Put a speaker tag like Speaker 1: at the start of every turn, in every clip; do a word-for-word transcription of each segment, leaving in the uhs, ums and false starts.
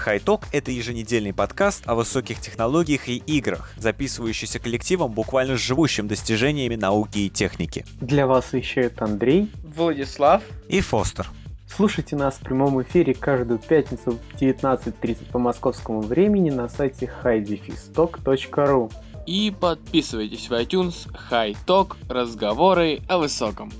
Speaker 1: HiTalk — это еженедельный подкаст о высоких технологиях и играх, записывающийся коллективом, буквально живущим достижениями науки и техники.
Speaker 2: Для вас вещают Андрей,
Speaker 3: Владислав
Speaker 1: и Фостер.
Speaker 2: Слушайте нас в прямом эфире каждую пятницу в девятнадцать тридцать по московскому времени на сайте хай дефис ток точка ру.
Speaker 3: И подписывайтесь в iTunes. HiTalk. Разговоры о высоком.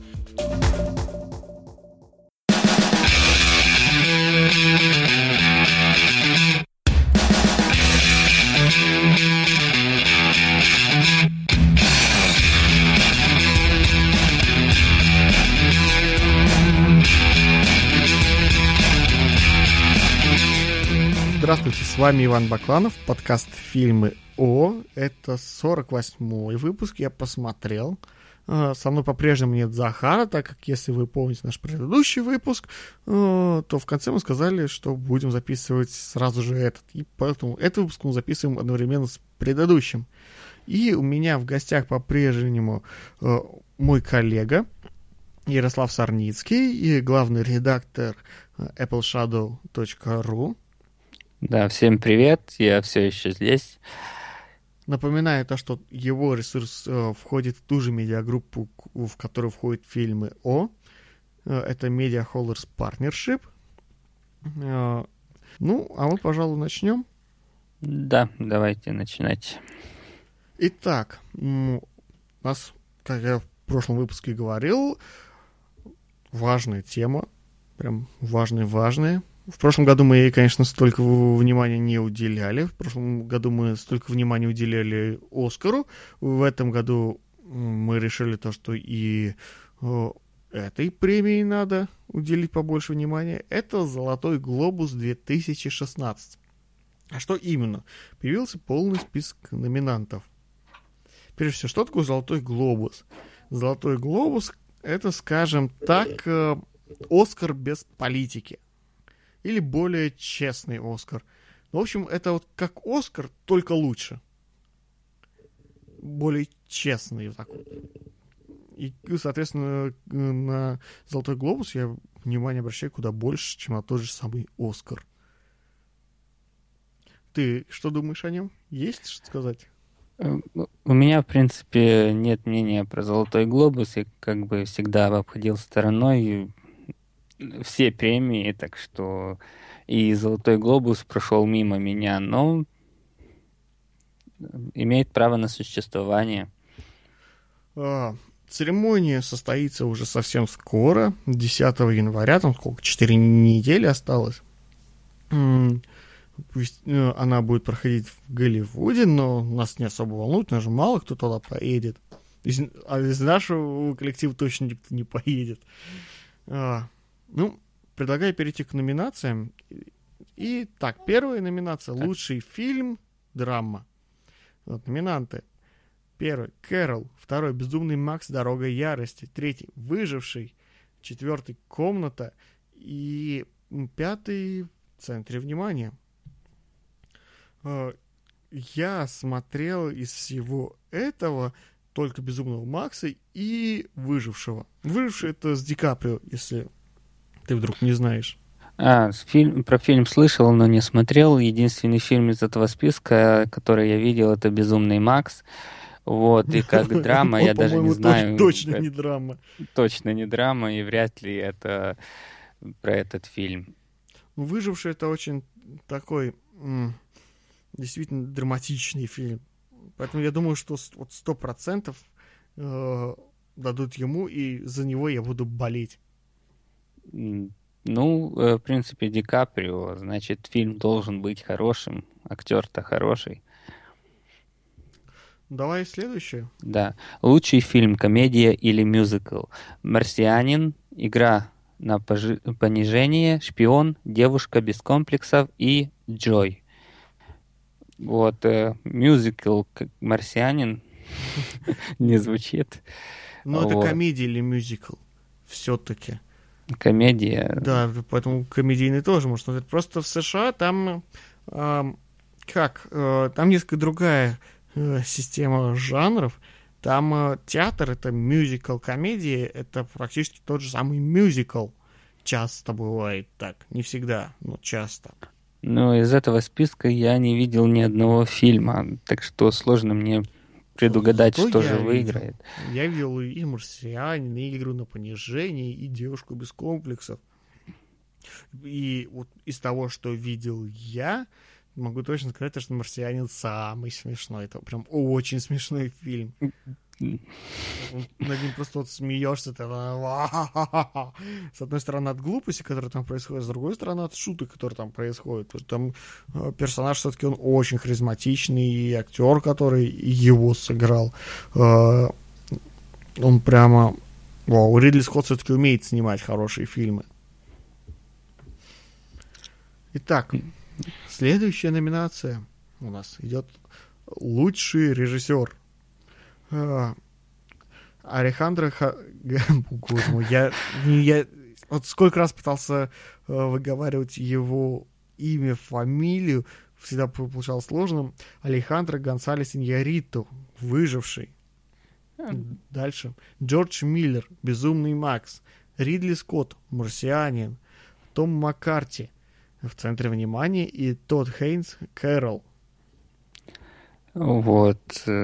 Speaker 4: Здравствуйте, с вами Иван Бакланов, подкаст «Фильмы О». Это сорок восьмой выпуск, я посмотрел. Со мной по-прежнему нет Захара, так как, если вы помните наш предыдущий выпуск, то в конце мы сказали, что будем записывать сразу же этот. И поэтому этот выпуск мы записываем одновременно с предыдущим. И у меня в гостях по-прежнему мой коллега Ярослав Сарницкий и главный редактор эпл шадоу точка ру.
Speaker 5: Да, всем привет, я все еще здесь.
Speaker 4: Напоминаю то, что его ресурс э, входит в ту же медиагруппу, в которую входят фильмы О. Э, это Media Holders Partnership. Э, ну, а мы, пожалуй, начнем.
Speaker 5: Да, давайте начинать.
Speaker 4: Итак, у нас, как я в прошлом выпуске говорил, важная тема, прям важная-важная. В прошлом году мы ей, конечно, столько внимания не уделяли. В прошлом году мы столько внимания уделяли Оскару. В этом году мы решили то, что и этой премии надо уделить побольше внимания. Это «Золотой глобус» две тысячи шестнадцать. А что именно? Появился полный список номинантов. Прежде всего, что такое «Золотой глобус»? «Золотой глобус» — это, скажем так, Оскар без политики. Или более честный Оскар. В общем, это вот как Оскар, только лучше. Более честный. Вот так вот. И, соответственно, на «Золотой глобус» я внимание обращаю куда больше, чем на тот же самый Оскар. Ты что думаешь о нем? Есть что сказать?
Speaker 5: У меня, в принципе, нет мнения про «Золотой глобус». Я как бы всегда обходил стороной все премии, так что и «Золотой глобус» прошел мимо меня, но имеет право на существование.
Speaker 4: А, церемония состоится уже совсем скоро, десятого января, там сколько, четыре недели осталось. Пусть она будет проходить в Голливуде, но нас не особо волнует, нас же мало кто туда поедет. Из, а из нашего коллектива точно никто не поедет. А, Ну, предлагаю перейти к номинациям. И так, первая номинация — лучший фильм, драма. Вот, номинанты. Первый — Кэрол. Второй — Безумный Макс. Дорога ярости. Третий — Выживший. Четвертый — Комната. И пятый — В центре внимания. Я смотрел из всего этого только Безумного Макса и Выжившего. Выживший — это с Ди Каприо, если ты вдруг не знаешь.
Speaker 5: А, фильм, про фильм слышал, но не смотрел. Единственный фильм из этого списка, который я видел, это «Безумный Макс». Вот, и как драма, я даже не знаю.
Speaker 4: Точно не драма.
Speaker 5: Точно не драма, и вряд ли это про этот фильм.
Speaker 4: «Выживший» — это очень такой действительно драматичный фильм. Поэтому я думаю, что вот сто процентов дадут ему, и за него я буду болеть.
Speaker 5: Ну, в принципе, Ди Каприо, значит, фильм должен быть хорошим. Актер-то хороший.
Speaker 4: Давай следующее.
Speaker 5: Да. Лучший фильм, комедия или мюзикл. «Марсианин», «Игра на пожи- понижение», «Шпион», «Девушка без комплексов» и «Джой». Вот, э, мюзикл как «Марсианин» не звучит.
Speaker 4: Но это комедия или мюзикл? Все-таки.
Speaker 5: Комедия.
Speaker 4: Да, поэтому комедийный тоже можно смотреть. Просто в США там э, как? Э, там несколько другая э, система жанров. Там э, театр — это мюзикл, комедия — это практически тот же самый мюзикл. Часто бывает так. Не всегда, но часто.
Speaker 5: Но из этого списка я не видел ни одного фильма, так что сложно мне предугадать,
Speaker 4: Что
Speaker 5: что
Speaker 4: я
Speaker 5: же
Speaker 4: видел?
Speaker 5: выиграет.
Speaker 4: Я видел и «Марсианин», и «Игру на понижение», и «Девушку без комплексов». И вот из того, что видел я, могу точно сказать, что «Марсианин» самый смешной. Это прям очень смешной фильм. Над ним просто вот смеешься. Ты... С одной стороны от глупости, которая там происходит, с другой стороны от шуток, которые там происходят. Там персонаж все-таки он очень харизматичный, и актер, который его сыграл, он прямо... Вау, Ридли Скотт все-таки умеет снимать хорошие фильмы. Итак, следующая номинация у нас идет «Лучший режиссер». Алехандро Ха... Боже мой, я, я вот сколько раз пытался э, выговаривать его имя, фамилию, всегда получалось сложным. Алехандро Гонсалес Иньярриту, «Выживший». Дальше. Джордж Миллер, «Безумный Макс». Ридли Скотт, «Марсианин». Том Маккарти, «В центре внимания», и Тодд Хейнс, «Кэрол».
Speaker 5: Вот.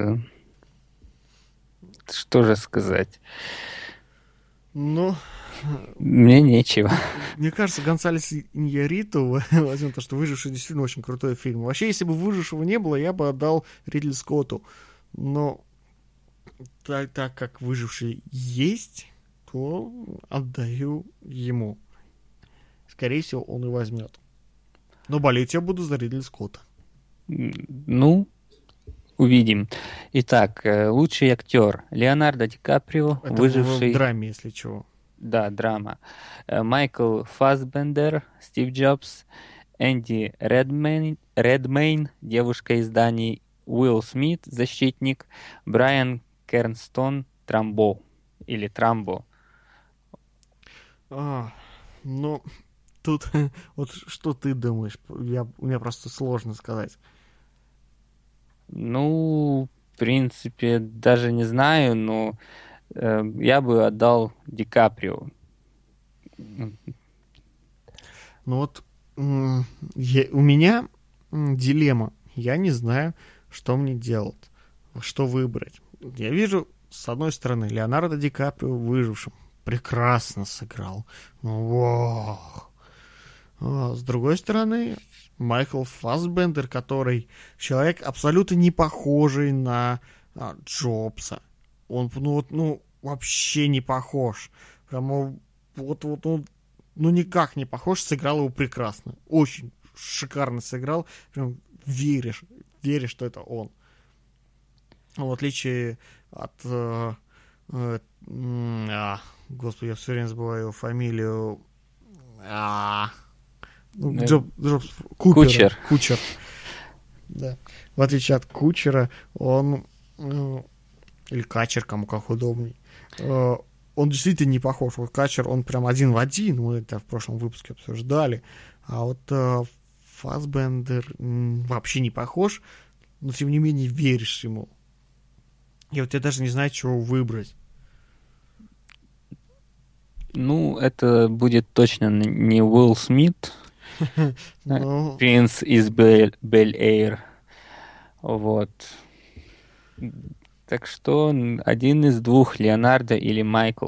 Speaker 5: Что же сказать?
Speaker 4: Ну,
Speaker 5: мне нечего.
Speaker 4: Мне кажется, Гонсалес Иньярриту возьмем, то, что «Выживший» действительно очень крутой фильм. Вообще, если бы «Выжившего» не было, я бы отдал Ридли Скотту. Но так, так как «Выживший» есть, то отдаю ему. Скорее всего, он и возьмет. Но болеть я буду за Ридли Скотта.
Speaker 5: Ну, увидим. Итак, лучший актер. Леонардо Ди Каприо,
Speaker 4: Это
Speaker 5: «Выживший».
Speaker 4: в драме, если чего.
Speaker 5: Да, драма. Майкл Фассбендер, Стив Джобс, Энди Редмейн, Редмейн, «Девушка из Дании», Уилл Смит, «Защитник», Брайан Кернстон, «Трамбо» или «Трамбо».
Speaker 4: А, ну, тут вот что ты думаешь? Я, мне просто сложно сказать.
Speaker 5: Ну, в принципе, даже не знаю, но э, я бы отдал Ди Каприо.
Speaker 4: Ну вот м- я, у меня м, дилемма. Я не знаю, что мне делать, что выбрать. Я вижу, с одной стороны, Леонардо Ди Каприо «Выжившим» прекрасно сыграл. Вау. А с другой стороны, Майкл Фассбендер, который человек абсолютно не похожий на а, Джобса. Он, ну вот, ну, вообще не похож. Прямо вот, вот он, ну, никак не похож, сыграл его прекрасно. Очень шикарно сыграл. Прям веришь, веришь, что это он. В отличие от... Э, э, а, господи, я все время забываю его фамилию. А, ну, Джоб, Джобс, Купера,
Speaker 5: Кучер.
Speaker 4: Кучер. Да. В отличие от Кучера, он... Э, или Качер, кому как удобней. Э, он действительно не похож. Вот Качер, он прям один в один. Мы это в прошлом выпуске обсуждали. А вот э, Фассбендер м, вообще не похож. Но, тем не менее, веришь ему. И вот я даже не знаю, чего выбрать.
Speaker 5: Ну, это будет точно не Уилл Смит,
Speaker 4: Ну,
Speaker 5: принц из Бель-Эйр. Вот. Так что один из двух, Леонардо или Майкл.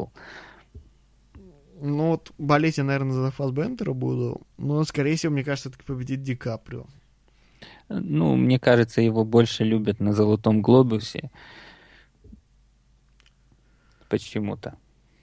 Speaker 4: ну вот болеть я, наверное, за Фассбендера буду. Но, скорее всего, мне кажется, все-таки победит Ди Каприо.
Speaker 5: Ну, мне кажется, его больше любят на «Золотом глобусе». Почему-то.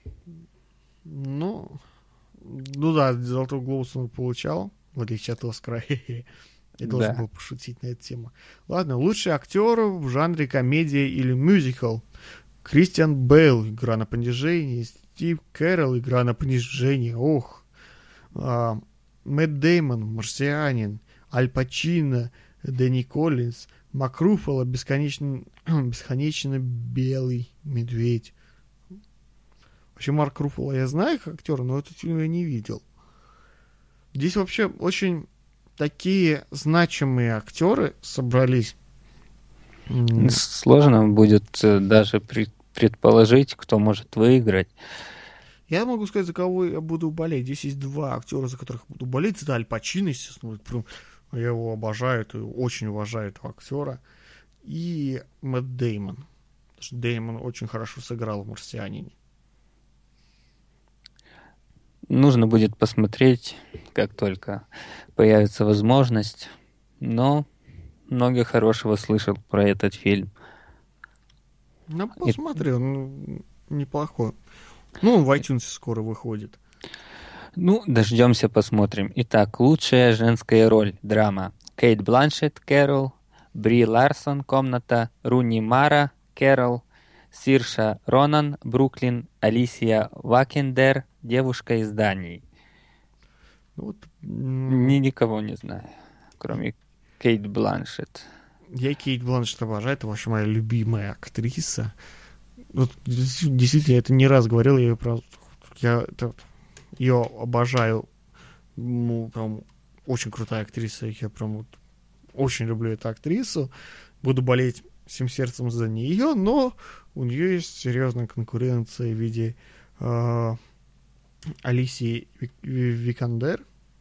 Speaker 4: Ну, ну да, «Золотой глобус» он получал, в отличие от «Оскара». Я должен
Speaker 5: Да.
Speaker 4: был пошутить на эту тему. Ладно, лучший актер в жанре комедия или мюзикл. Кристиан Бейл, «Игра на понижение». Стив Кэрролл, «Игра на понижение». Ох. А, Мэтт Дэймон, «Марсианин». Аль Пачино, Дэнни Коллинз. Марк Руффало, бесконечно, бесконечно белый медведь. Вообще, Марк Руффало я знаю как актера, но этот фильм я не видел. Здесь вообще очень такие значимые актеры собрались. М,
Speaker 5: Сложно будет э, даже при- предположить, кто может выиграть.
Speaker 4: Я могу сказать, за кого я буду болеть. Здесь есть два актера, за которых я буду болеть. Это Аль Пачино, естественно. Вот прям Я его обожаю, и очень уважаю этого актера. И Мэтт Дэймон. Потому что Дэймон очень хорошо сыграл в «Марсианине».
Speaker 5: Нужно будет посмотреть, как только появится возможность. Но много хорошего слышал про этот фильм.
Speaker 4: Ну, посмотрел, ну, неплохой. Ну, он в iTunes скоро выходит.
Speaker 5: Ну, дождемся, посмотрим. Итак, лучшая женская роль. Драма. Кейт Бланшетт, Кэрол. Бри Ларсон, Комната. Руни Мара, Кэрол. Сирша Ронан, Бруклин. Алисия Вакендер, Девушка из Дании.
Speaker 4: Вот,
Speaker 5: Ни никого не знаю, кроме Кейт Бланшетт.
Speaker 4: я Кейт Бланшетт обожаю, это вообще моя любимая актриса. Вот, действительно, я это не раз говорил, я ее, про... я это, ее обожаю. Ну, прям очень крутая актриса, я прям вот очень люблю эту актрису. Буду болеть всем сердцем за нее, но у нее есть серьезная конкуренция в виде э, Алисии Викандер.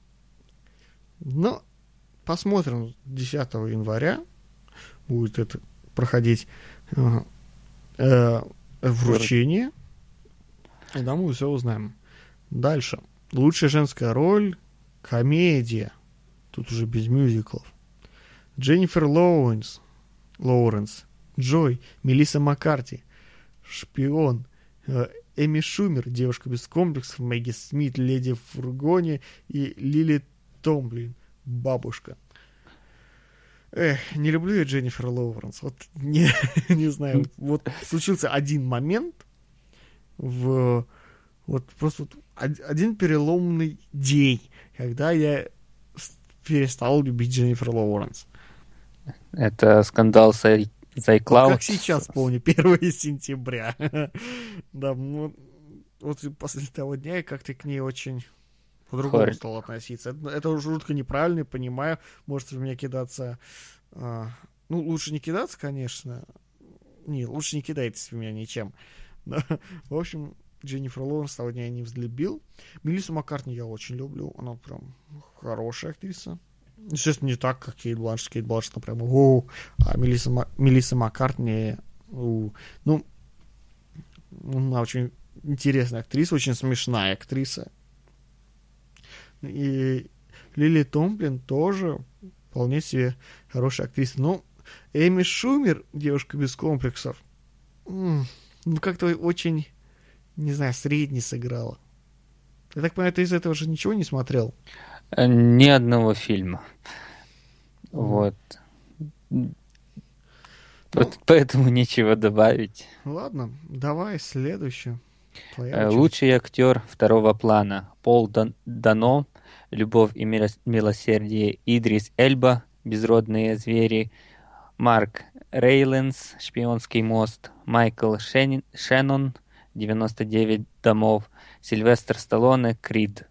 Speaker 4: Но посмотрим, десятого января будет это проходить э, э, вручение. И там мы все узнаем. Дальше. Лучшая женская роль — комедия. Тут уже без мюзиклов. Дженнифер Лоуренс, Лоуренс, Джой, Мелисса Маккарти, Шпион, э, Эми Шумер, Девушка без комплексов, Мэгги Смит, Леди в фургоне и Лили Томлин, Бабушка. Эх, не люблю я Дженнифер Лоуренс. Вот не, не знаю. Вот случился один момент в вот просто вот один переломный день, когда я перестал любить Дженнифер Лоуренс.
Speaker 5: Это скандал с iCloud.
Speaker 4: Как сейчас помню, первого сентября. Да, ну, вот после того дня я как-то к ней очень по-другому
Speaker 5: Хорь.
Speaker 4: стал относиться. Это, это уже жутко неправильно, понимаю. Можете в меня кидаться... А, ну, лучше не кидаться, конечно. Не, лучше не кидайтесь в меня ничем. Да. В общем, Дженнифер Лоуренс с того дня я не взлюбил. Мелиссу Маккартни я очень люблю. Она прям хорошая актриса. Естественно, не так, как Кейт Бланшетт. Кейт Бланшетт, прям, у, а Мелисса, Ма- Мелисса Маккартни, у, ну, она очень интересная актриса, очень смешная актриса. И Лили Томплин тоже вполне себе хорошая актриса. Но Эми Шумер, Девушка без комплексов, м- ну, как-то очень, не знаю, средне сыграла. Я так понимаю, ты из этого же ничего не смотрел?
Speaker 5: Ни одного фильма. Mm. Вот. Ну, вот. Поэтому нечего добавить.
Speaker 4: Ладно, давай следующее.
Speaker 5: Лучший актер второго плана. Пол Дан- Дано, Любовь и милосердие. Идрис Эльба, Безродные звери. Марк Рейлэнс, Шпионский мост. Майкл Шен- Шеннон, девяносто девять домов. Сильвестр Сталлоне, Крид.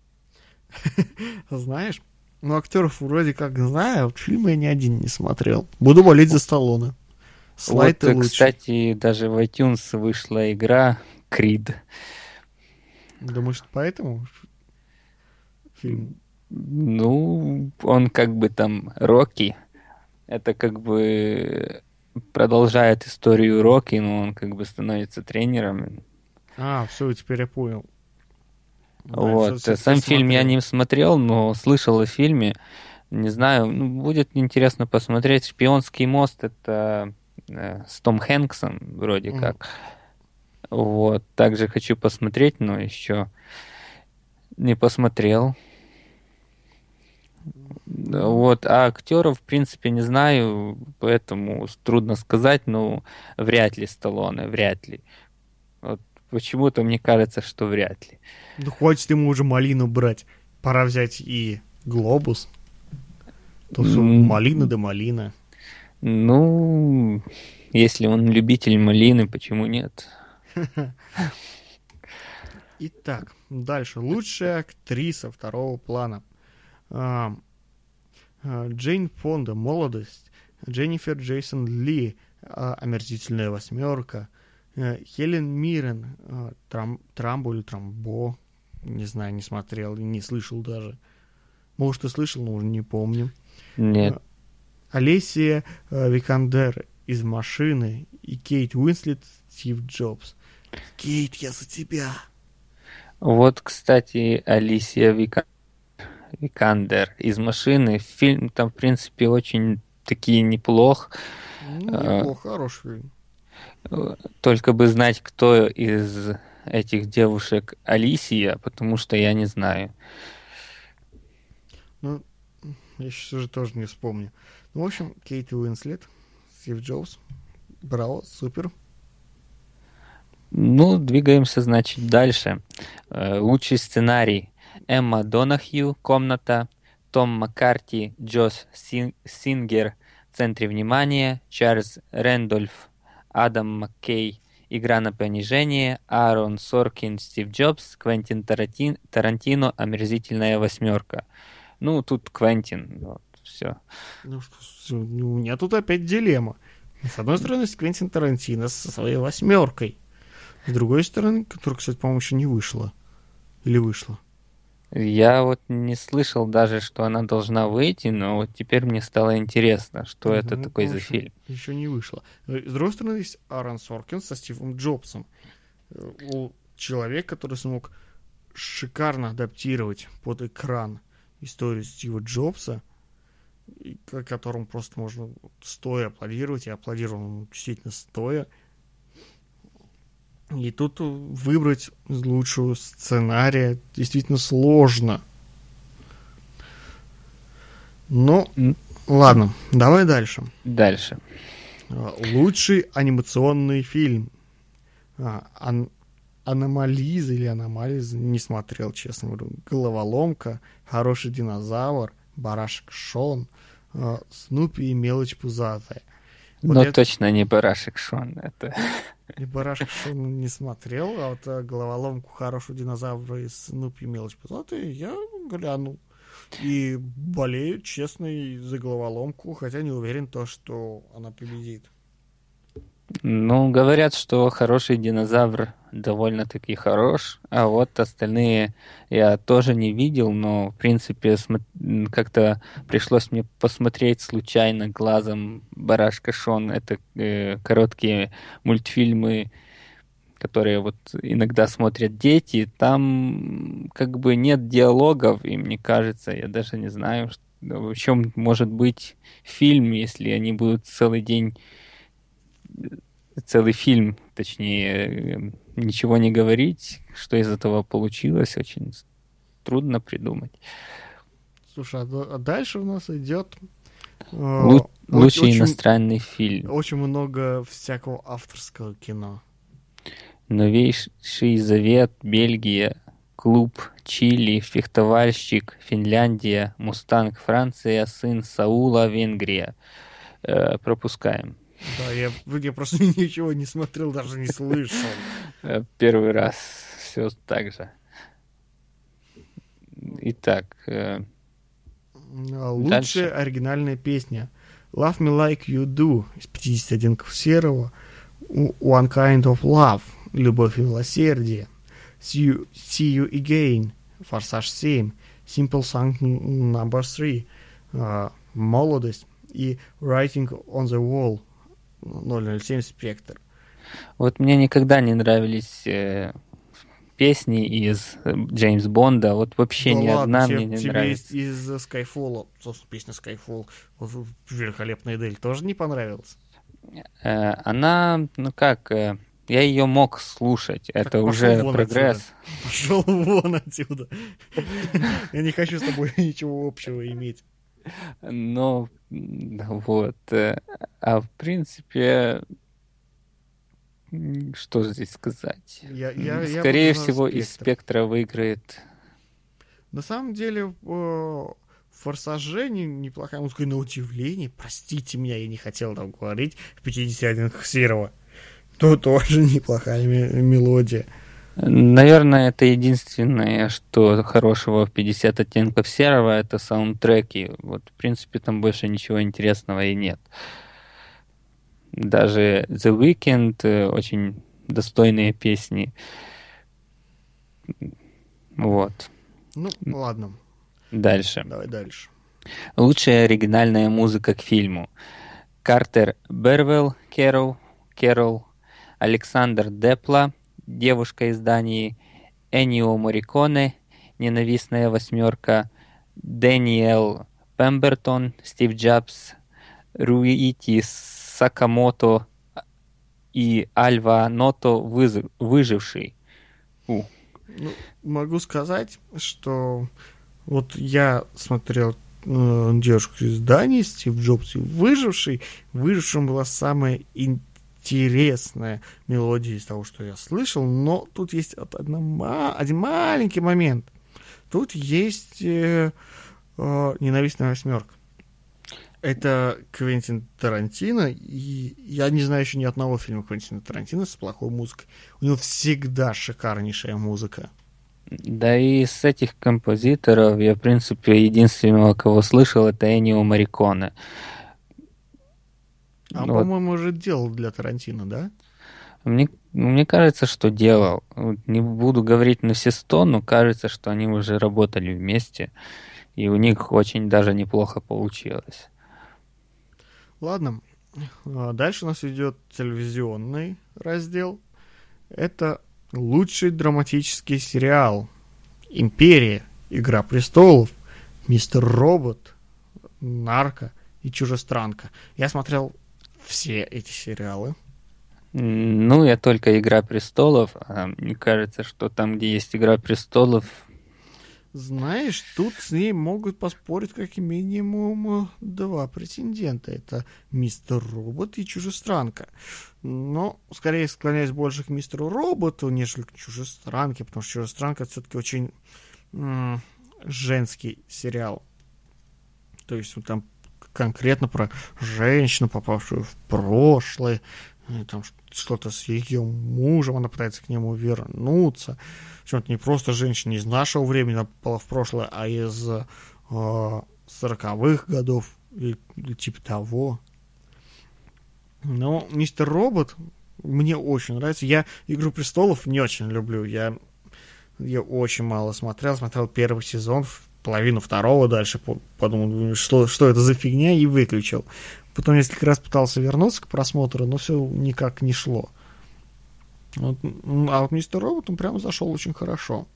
Speaker 4: Знаешь, ну актеров вроде как знаю, вот фильмы я ни один не смотрел. Буду болеть за Сталлоне. Слайд
Speaker 5: Вот,
Speaker 4: лучше.
Speaker 5: Кстати, даже в iTunes вышла игра Крид.
Speaker 4: Думаешь, поэтому фильм?
Speaker 5: Ну, он как бы там Рокки. Это как бы продолжает историю Рокки, но он как бы становится тренером.
Speaker 4: А, все, теперь я понял. Да,
Speaker 5: Вот.
Speaker 4: всё,
Speaker 5: Сам
Speaker 4: всё
Speaker 5: фильм я
Speaker 4: смотрел.
Speaker 5: не смотрел, но слышал о фильме. Не знаю, ну, будет интересно посмотреть. «Шпионский мост» — это э, с Том Хэнксом вроде
Speaker 4: Мгм.
Speaker 5: как. Вот. Также хочу посмотреть, но еще не посмотрел. Да, вот. А актеров, в принципе, не знаю, поэтому трудно сказать, но вряд ли Сталлоне, вряд ли. Вот почему-то мне кажется, что вряд ли.
Speaker 4: Да хватит ему уже малину брать. Пора взять и глобус. То все
Speaker 5: М.
Speaker 4: малина да малина.
Speaker 5: Ну, если он любитель малины, почему нет?
Speaker 4: Итак, дальше. Лучшая актриса второго плана. А, а, Джейн Фонда, «Молодость». Дженнифер Джейсон Ли, а, «Омерзительная восьмерка». А, Хелен Миррен, а, Трам, Трамбо или Трамбо. Не знаю, не смотрел, не слышал даже. Может, и слышал, но уже не помню.
Speaker 5: Нет.
Speaker 4: Алисия э, Викандер из «Машины» и Кейт Уинслет Стив Джобс. Кейт, я за тебя.
Speaker 5: Вот, кстати, Алисия Вика... Викандер из «Машины». Фильм там, в принципе, очень таки неплох.
Speaker 4: Ну, неплохо, хороший фильм.
Speaker 5: Только бы знать, кто из этих девушек Алисия, потому что я не знаю.
Speaker 4: Ну, я сейчас уже тоже не вспомню. Ну, в общем, Кейт Уинслет, Стив Джобс. Браво, супер.
Speaker 5: Ну, двигаемся, значит, дальше. Э, Лучший сценарий. Эмма Донахью «Комната», Том Маккарти, Джош Син- Сингер «В центре внимания», Чарльз Рэндольф, Адам Маккей «Игра на понижение», Аарон Соркин, Стив Джобс, Квентин Тарантин- Тарантино «Омерзительная восьмерка». Ну, тут Квентин, вот, все.
Speaker 4: Ну что, у меня тут опять дилемма. С одной стороны, есть Квентин Тарантино со своей восьмеркой. С другой стороны, которая, кстати, по-моему, еще не вышла. Или вышла.
Speaker 5: Я вот не слышал даже, что она должна выйти, но вот теперь мне стало интересно, что это
Speaker 4: Ну,
Speaker 5: такой за
Speaker 4: еще-
Speaker 5: фильм.
Speaker 4: Еще не вышла. С другой стороны, есть Аарон Соркин со Стивом Джобсом. Э, у- Человек, который смог шикарно адаптировать под экран историю Стива Джобса, и ко- которому просто можно стоя аплодировать, и аплодировал он действительно стоя. И тут выбрать лучшего сценария действительно сложно. Ну,
Speaker 5: М.
Speaker 4: ладно, давай дальше.
Speaker 5: Дальше.
Speaker 4: А, Лучший анимационный фильм. А, ан- Аномализа или Аномализа, не смотрел, честно говорю. Головоломка, Хороший динозавр, Барашек Шон, а, Снупи и Мелочь Пузатая. Вот
Speaker 5: Но
Speaker 4: это-
Speaker 5: точно не Барашек Шон. Это...
Speaker 4: И Барашек Шон не смотрел, а вот а, Головоломку, Хорошего динозавра и Снупи и Мелочь Пузатая я глянул. И болею, честно, и за Головоломку, хотя не уверен то, что она победит.
Speaker 5: Ну, говорят, что хороший динозавр довольно-таки хорош, а вот остальные я тоже не видел, но, в принципе, смо- м, как-то пришлось мне посмотреть случайно глазом «Барашка Шон». Это э, короткие мультфильмы, которые вот иногда смотрят дети. Там как бы нет диалогов, и мне кажется, я даже не знаю, что- в чем может быть фильм, если они будут целый день целый фильм, точнее, э, ничего не говорить, что из этого получилось, очень с- трудно придумать.
Speaker 4: Слушай, а д- а дальше у нас идет э,
Speaker 5: Лу-
Speaker 4: о-
Speaker 5: Лучший
Speaker 4: очень,
Speaker 5: иностранный фильм.
Speaker 4: очень много всякого авторского кино.
Speaker 5: Новейший Завет, Бельгия, Клуб, Чили, Фехтовальщик, Финляндия, Мустанг, Франция, Сын Саула, Венгрия. Э, пропускаем.
Speaker 4: Да, я, я просто ничего не смотрел, даже не слышал.
Speaker 5: Э, первый раз все так же. Итак, э,
Speaker 4: А, Лучшая
Speaker 5: Дальше.
Speaker 4: оригинальная песня. Love Me Like You Do из пятьдесят оттенков серого. У- One Kind of Love. Любовь и милосердие. See You, See You Again. Форсаж семь. Simple Song Number три. а, Молодость. И Writing on the Wall. ноль ноль семь Спектр.
Speaker 5: вот мне никогда не нравились э, песни из э, Джеймс Бонда. Вот вообще
Speaker 4: Да
Speaker 5: ни
Speaker 4: ладно,
Speaker 5: одна
Speaker 4: тебе,
Speaker 5: мне не
Speaker 4: тебе
Speaker 5: нравится.
Speaker 4: из, из Skyfall, собственно, песня Skyfall, вот, великолепная Эдель, тоже не понравилась?
Speaker 5: Э, она, ну как, э, я ее мог слушать. Это
Speaker 4: пошел
Speaker 5: уже
Speaker 4: вон
Speaker 5: прогресс.
Speaker 4: Пошел вон отсюда. Я не хочу с тобой ничего общего иметь.
Speaker 5: Но м, вот. э, А в принципе, м, что здесь сказать?
Speaker 4: Я- я- я
Speaker 5: Скорее
Speaker 4: буду за
Speaker 5: всего, из
Speaker 4: «Спектр».
Speaker 5: спектра выиграет.
Speaker 4: На самом деле, э, в «Форсаже» не- неплохая музыка, и на удивление, простите меня, я не хотел там говорить, в пятидесяти оттенках серого, то тоже неплохая ме- мелодия.
Speaker 5: Наверное, это единственное, что хорошего в пятьдесят оттенков серого, это саундтреки. Вот, в принципе, там больше ничего интересного и нет. Даже The Weeknd, э, очень достойные песни. Вот.
Speaker 4: Ну, ладно,
Speaker 5: Дальше.
Speaker 4: давай дальше.
Speaker 5: Лучшая оригинальная музыка к фильму. Картер Бервелл, Кэрол, Кэрол, Александр Депла, «Девушка из Дании», Эннио Морриконе, «Ненавистная восьмерка», Дэниел Пембертон, Стив Джобс, Руити Сакамото и Альва Ното, выз- «Выживший». У.
Speaker 4: Ну, могу сказать, что вот я смотрел э, «Девушку из Дании», Стив Джобс и «Выживший». «Выжившим» была самая интересная мелодия из того, что я слышал, но тут есть одна, ма- один маленький момент. Тут есть э, э, «Ненавистная восьмерка». Это Квентин Тарантино, и я не знаю еще ни одного фильма Квентина Тарантино с плохой музыкой. У него всегда шикарнейшая музыка.
Speaker 5: Да и с этих композиторов я, в принципе, единственного, кого слышал, это Эннио Морриконе.
Speaker 4: А,
Speaker 5: Вот.
Speaker 4: по-моему, уже делал для Тарантино, да?
Speaker 5: Мне, мне кажется, что делал. Вот не буду говорить на все сто, но кажется, что они уже работали вместе, и у них очень даже неплохо получилось.
Speaker 4: Ладно. А дальше у нас идет телевизионный раздел. Это лучший драматический сериал. «Империя», «Игра престолов», «Мистер Робот», «Нарко» и «Чужестранка». Я смотрел все эти сериалы.
Speaker 5: Ну, я только «Игра престолов», а мне кажется, что там, где есть «Игра престолов»,
Speaker 4: Знаешь, тут с ней могут поспорить как минимум два претендента. Это «Мистер Робот» и «Чужестранка». Но, скорее, склоняюсь больше к «Мистеру Роботу», нежели к «Чужестранке», потому что «Чужестранка» все-таки очень м- женский сериал. То есть вот там конкретно про женщину, попавшую в прошлое, и там что-то с ее мужем, она пытается к нему вернуться. Причем это не просто женщина из нашего времени, она попала в прошлое, а из э, сороковых годов или, или типа того. Но «Мистер Робот» мне очень нравится. Я «Игру престолов» не очень люблю. Я ее очень мало смотрел. Смотрел первый сезон, половину второго, дальше подумал, что, что это за фигня, и выключил. Потом несколько раз пытался вернуться к просмотру, но все никак не шло. Вот, а вот «Мистер Робот», он прям зашел очень хорошо.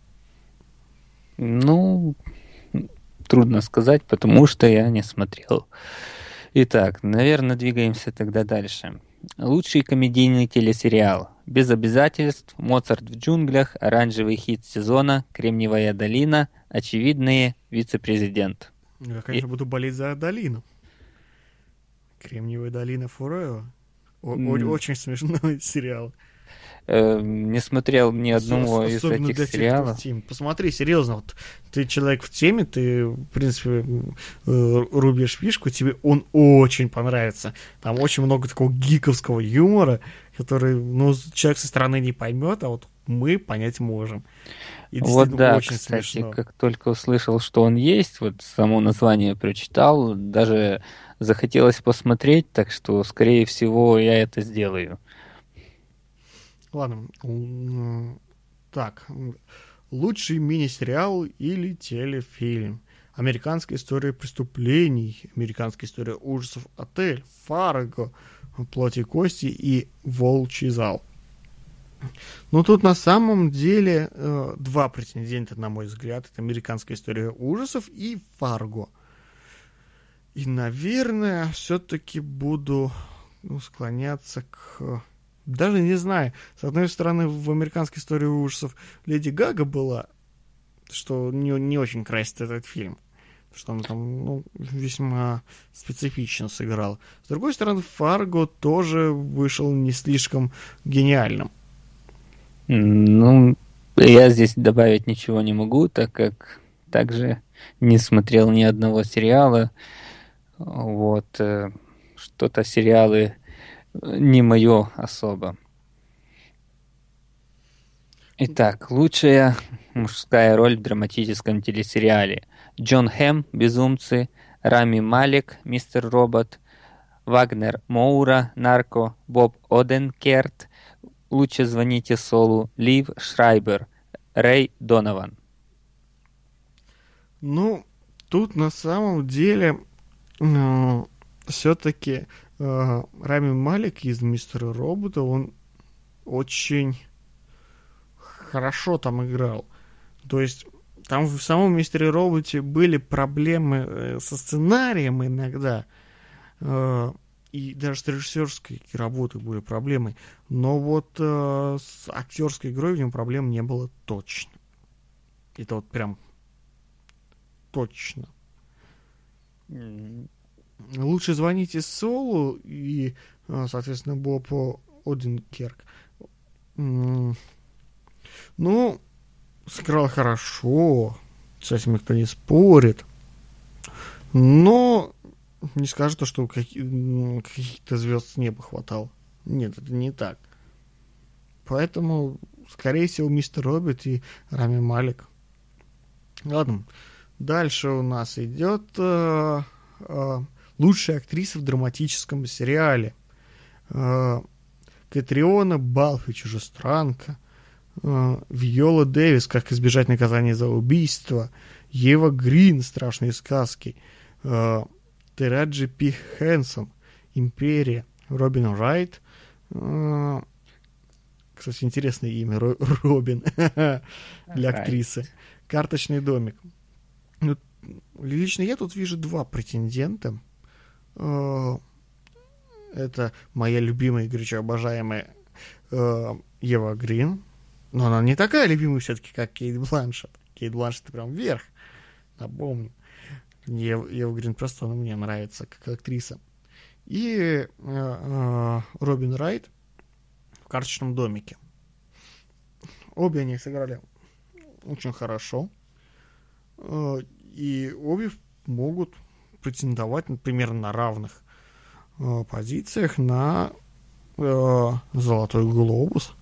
Speaker 5: ну, трудно сказать, потому что я не смотрел. Итак, наверное, двигаемся тогда дальше. Лучший комедийный телесериал. «Без обязательств», «Моцарт в джунглях», «Оранжевый хит сезона», «Кремниевая долина», «Очевидные», «Вице-президент».
Speaker 4: Я, конечно, И... буду болеть за долину. «Кремниевая долина Forever». О- mm. Очень смешной сериал.
Speaker 5: Э, не смотрел ни одного из
Speaker 4: Особенно
Speaker 5: этих
Speaker 4: для
Speaker 5: сериалов.
Speaker 4: Тех, кто в теме. Посмотри, серьезно, вот ты человек в теме, ты, в принципе, рубишь фишку, тебе он очень понравится. Там очень много такого гиковского юмора, который, ну, человек со стороны не поймет, а вот мы понять можем.
Speaker 5: И вот да, очень кстати, смешно. Как только услышал, что он есть, вот само название прочитал, даже захотелось посмотреть, так что, скорее всего, я это сделаю.
Speaker 4: Ладно. Так. Лучший мини-сериал или телефильм. «Американская история преступлений», «Американская история ужасов», «Отель», «Фарго», «Плоть и кости» и «Волчий зал». Ну, тут на самом деле э, два претендента, на мой взгляд. Это «Американская история ужасов» и «Фарго». И, наверное, все-таки буду ну, склоняться к... Даже не знаю. С одной стороны, в «Американской истории ужасов» Леди Гага была, что не, не очень красит этот фильм. Что она там ну, весьма специфично сыграла. С другой стороны, «Фарго» тоже вышел не слишком гениальным.
Speaker 5: Ну, я здесь добавить ничего не могу, так как также не смотрел ни одного сериала. Вот. Что-то сериалы не мое особо. Итак, лучшая мужская роль в драматическом телесериале. Джон Хэм, «Безумцы», Рами Малек, «Мистер Робот», Вагнер Моура, «Нарко», Боб Оденкерт, «Лучше звоните Солу», Лив Шрайбер, Рэй Донован.
Speaker 4: Ну, тут на самом деле э, все-таки э, Рами Малик из Мистера Робота, он очень хорошо там играл. То есть там в самом Мистере Роботе были проблемы э, со сценарием иногда, э, и даже с режиссерской работой были проблемы. Но вот э, с актерской игрой в нем проблем не было точно. Это вот прям точно.
Speaker 5: М,
Speaker 4: Лучше звоните Солу и, э, соответственно, Боб Оденкерк. М, Ну, сыграл хорошо, с этим никто не спорит. Но не скажет, что каки- м, каких-то звезд с неба хватало. Нет, это не так. Поэтому, скорее всего, Мистер Робот и Рами Малик. Ладно. Дальше у нас идет э, э, лучшая актриса в драматическом сериале. Э, Катриона Балфи, чужестранка. Э, Виола Дэвис, как избежать наказания за убийство. Ева Грин, страшные сказки. Э, Тераджи Пи Хэнсон, Империя. Робин Райт. Э, Кстати, интересное имя. Ро- Робин для
Speaker 5: Райт.
Speaker 4: актрисы. Карточный домик. Ну, лично я тут вижу два претендента. Э, Это моя любимая и горячо обожаемая э, Ева Грин. Но она не такая любимая все-таки, как Кейт Бланшетт. Кейт Бланшетт прям вверх. Напомню. Ева, Ева Грин просто она мне нравится как актриса. И э, э, Робин Райт в «Карточном домике». Обе они сыграли очень хорошо. Э, И обе могут претендовать, например, на равных э, позициях на э, «Золотой глобус».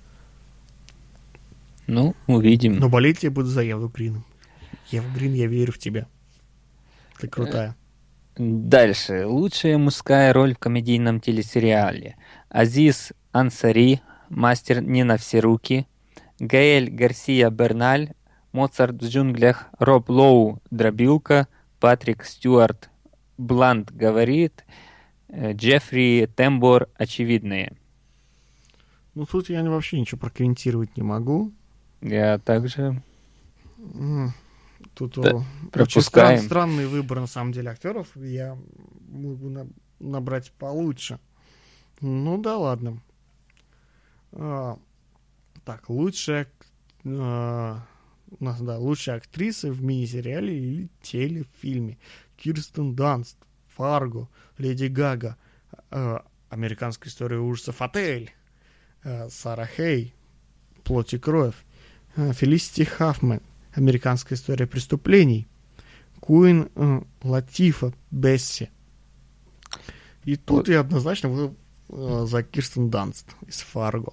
Speaker 5: Ну, увидим.
Speaker 4: Но болеть я буду за Еву Грин. Ева Грин, я верю в тебя. Ты крутая.
Speaker 5: Дальше. Лучшая мужская роль в комедийном телесериале. Азиз Ансари, мастер не на все руки. Гаэль Гарсия Берналь, Моцарт в джунглях. Роб Лоу, Дробилка. Патрик Стюарт, Блант говорит. э, Джеффри Тембор, очевидные.
Speaker 4: Ну, тут я вообще ничего прокомментировать не могу.
Speaker 5: Я также
Speaker 4: М, Тут
Speaker 5: Да,
Speaker 4: о, очень
Speaker 5: пропускаем.
Speaker 4: стран- странный выбор, на самом деле, актеров. Я могу на- набрать получше. Ну да, ладно. А, так, лучшая, ак- а, у нас, да, лучшая актриса в мини-сериале или телефильме. Кирстен Данст, Фарго, Леди Гага, а, Американская история ужасов «Отель», а, Сара Хей, «Плоть и кровь», а, Фелисити Хаффман, Американская история преступлений, Куин э, Латифа Бесси. И тут
Speaker 5: Вот.
Speaker 4: я однозначно буду э, за Кирстен Данст из Фарго.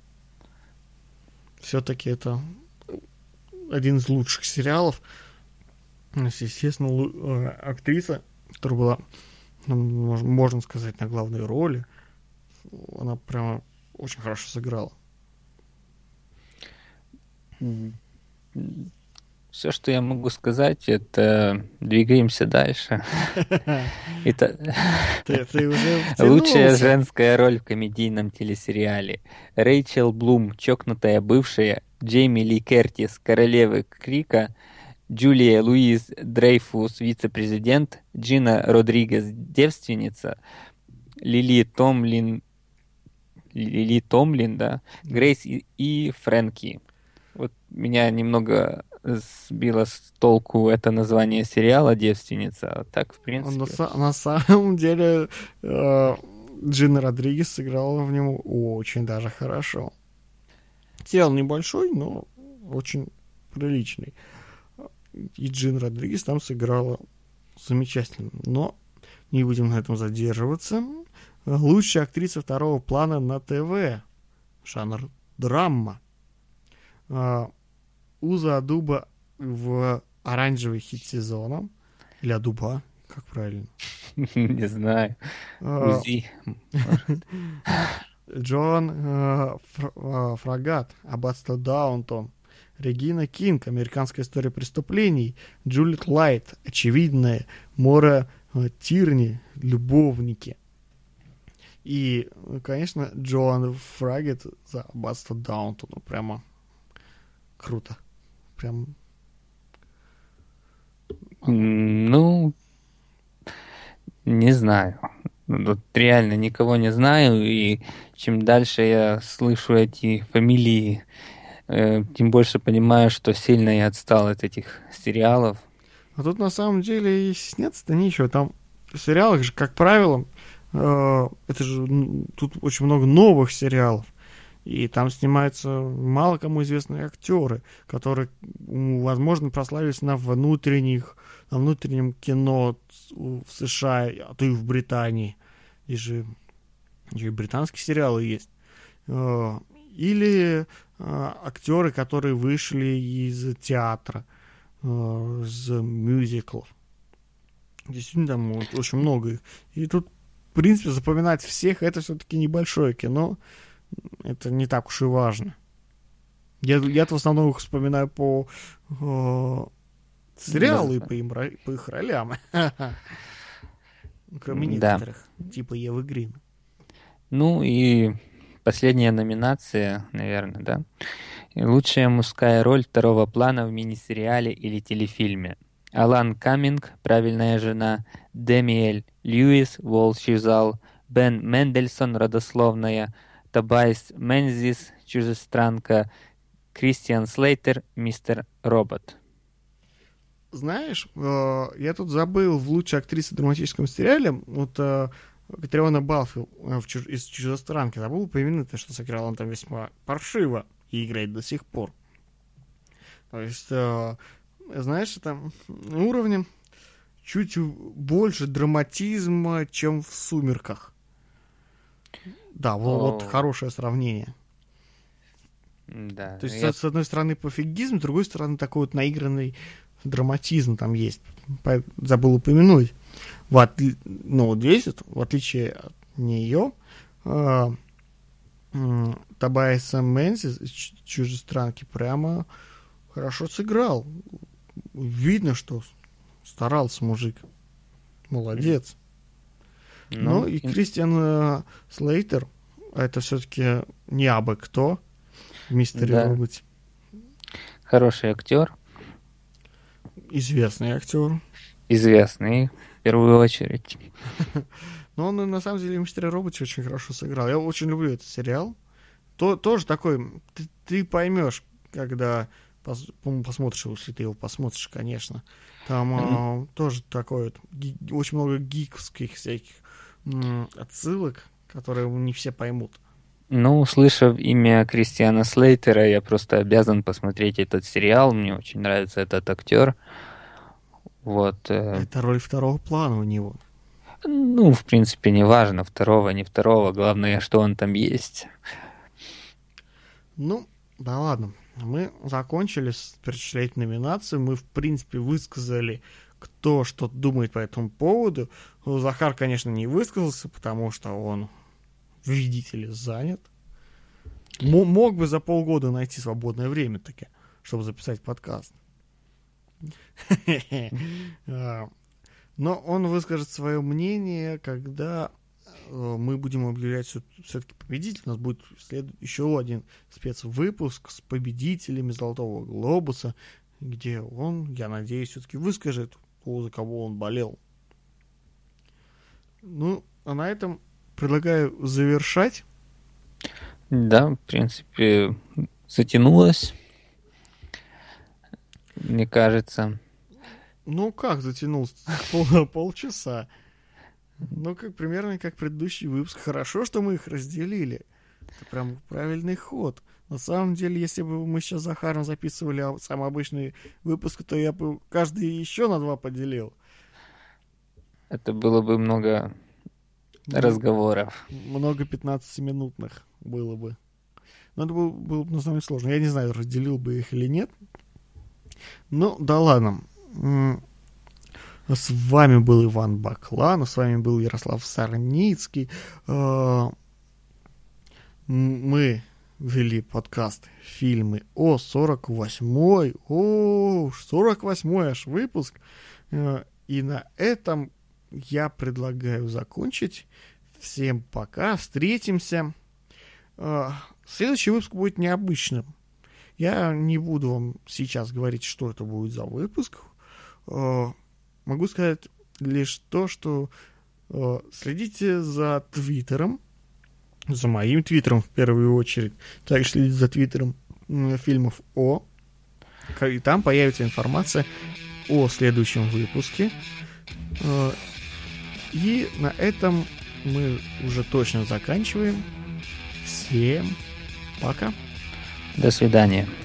Speaker 4: Все-таки это один из лучших сериалов. Ну, естественно, лу- э, актриса, которая была, ну, мож- можно сказать, на главной роли, она прямо очень хорошо сыграла.
Speaker 5: Все, что я могу сказать, это двигаемся дальше. Это
Speaker 4: Ты, ты уже
Speaker 5: лучшая
Speaker 4: втянулся.
Speaker 5: женская роль в комедийном телесериале. Рэйчел Блум, чокнутая бывшая, Джейми Ли Кертис, королевы Крика, Джулия Луиз Дрейфус, вице-президент, Джина Родригес, девственница, Лили Томлин, Лили Томлин, да, Грейс и, и Фрэнки. Вот меня немного сбило с толку это название сериала «Девственница». А так, в принципе...
Speaker 4: На, са- на самом деле э, Джина Родригес сыграла в нем очень даже хорошо. Сериал небольшой, но очень приличный. И Джин Родригес там сыграла замечательно. Но не будем на этом задерживаться. Лучшая актриса второго плана на ТВ. Жанр драма. А, Уза Адуба в «Оранжевый хит сезона». Или Адуба, как правильно.
Speaker 5: Не знаю.
Speaker 4: А,
Speaker 5: УЗИ.
Speaker 4: Джон э, Фр- э, Фрагат, Аббатство Даунтон, Регина Кинг, «Американская история преступлений», Джулиет Лайт, «Очевидное», Мора э, Тирни, «Любовники». И, конечно, Джоан Фрагет за «Аббатство Даунтон». Ну, прямо круто. Прям...
Speaker 5: Ну, не знаю. Вот реально никого не знаю, и чем дальше я слышу эти фамилии, э, тем больше понимаю, что сильно я отстал от этих сериалов.
Speaker 4: А тут на самом деле и снятся-то ничего. Там в сериалах же, как правило, э, это же м, тут очень много новых сериалов. И там снимаются мало кому известные актеры, которые, м, возможно, прославились на внутренних, на внутреннем кино в США, а то и в Британии. Здесь же еще и британские сериалы есть. Э, Или э, актеры, которые вышли из театра, э, из мюзиклов. Действительно, там вот очень много их. И тут, в принципе, запоминать всех, это все-таки небольшое кино. Это не так уж и важно. Я, я в основном их вспоминаю по э, сериалу и по, им, ро- по их ролям. Кроме
Speaker 5: Да.
Speaker 4: некоторых, типа Евы Грин.
Speaker 5: Ну и последняя номинация, наверное, да? И лучшая мужская роль второго плана в мини-сериале или телефильме. Алан Каминг, «Правильная жена», Дэмиэль Льюис, «Волчий зал», Бен Мендельсон, «Родословная», Тобайс Мензис, «Чужестранка», Кристиан Слейтер, «Мистер Робот».
Speaker 4: Знаешь, э, я тут забыл в лучшей актрисе в драматическом сериале, вот э, Катриона Балфи э, в чуж- из «Чужестранки», забыл упомянуть, что сыграла она там весьма паршиво и играет до сих пор. То есть, э, знаешь, это уровнем чуть больше драматизма, чем в «Сумерках». Да, вот, вот
Speaker 5: О.
Speaker 4: хорошее сравнение.
Speaker 5: Да,
Speaker 4: То есть,
Speaker 5: я-
Speaker 4: с, с одной стороны, пофигизм, с другой стороны, такой вот наигранный драматизм там есть. По- Забыл упомянуть. В отли- Ну, вот здесь, вот, в отличие от нее, э, м, Тобайас Мензис из «Ч- «Чужестранки» прямо хорошо сыграл. Видно, что старался мужик. Молодец. Ну, и
Speaker 5: ин-
Speaker 4: Кристиан э, Слейтер, это все-таки не абы кто в «Мистере
Speaker 5: Да.
Speaker 4: Роботе».
Speaker 5: хороший актер,
Speaker 4: Известный актер.
Speaker 5: известный в первую очередь.
Speaker 4: Но он, на самом деле, в «Мистере Роботе» очень хорошо сыграл. Я очень люблю этот сериал. То, тоже такой, ты, ты поймешь, когда пос, по-моему, посмотришь его, если ты его посмотришь, конечно. Там а, тоже такое, вот, ги- очень много гиковских всяких м, отсылок, которые не все поймут.
Speaker 5: Ну, услышав имя Кристиана Слейтера, я просто обязан посмотреть этот сериал. Мне очень нравится этот актер. Вот. э,
Speaker 4: Это роль второго плана у него.
Speaker 5: Ну, в принципе, не важно, второго, не второго. Главное, что он там есть.
Speaker 4: Ну, да ладно. Мы закончили с перечислять номинации. Мы, в принципе, высказали, кто что думает по этому поводу. Ну, Захар, конечно, не высказался, потому что он, видите ли, занят. М- мог бы за полгода найти свободное время таки, чтобы записать подкаст. А, Но он выскажет свое мнение, когда э, мы будем объявлять все-таки победителя. У нас будет след... еще один спецвыпуск с победителями Золотого Глобуса, где он, я надеюсь, все-таки выскажет, за кого он болел. Ну, а на этом предлагаю завершать.
Speaker 5: Да, в принципе, затянулось, мне кажется.
Speaker 4: Ну, как затянулся? Пол, полчаса. Ну, как примерно как предыдущий выпуск. Хорошо, что мы их разделили. Это прям правильный ход. На самом деле, если бы мы сейчас с Захаром записывали а- самый обычный выпуск, то я бы каждый еще на два поделил.
Speaker 5: Это было бы много
Speaker 4: Ну,
Speaker 5: разговоров.
Speaker 4: Много пятнадцатиминутных было бы. Но это было, было бы на самом деле сложно. Я не знаю, разделил бы их или нет. Ну, да ладно. М, С вами был Иван Бакланов, с вами был Ярослав Сарницкий. Э, м, Мы вели подкаст «Фильмы» о сорок восьмой. О, сорок восьмой аж выпуск. И на этом я предлагаю закончить. Всем пока, встретимся. Следующий выпуск будет необычным. Я не буду вам сейчас говорить, что это будет за выпуск. Могу сказать лишь то, что следите за Твиттером, за моим Твиттером в первую очередь. Также следите за Твиттером фильмов О. И там появится информация о следующем выпуске. И на этом мы уже точно заканчиваем. Всем пока.
Speaker 5: До свидания.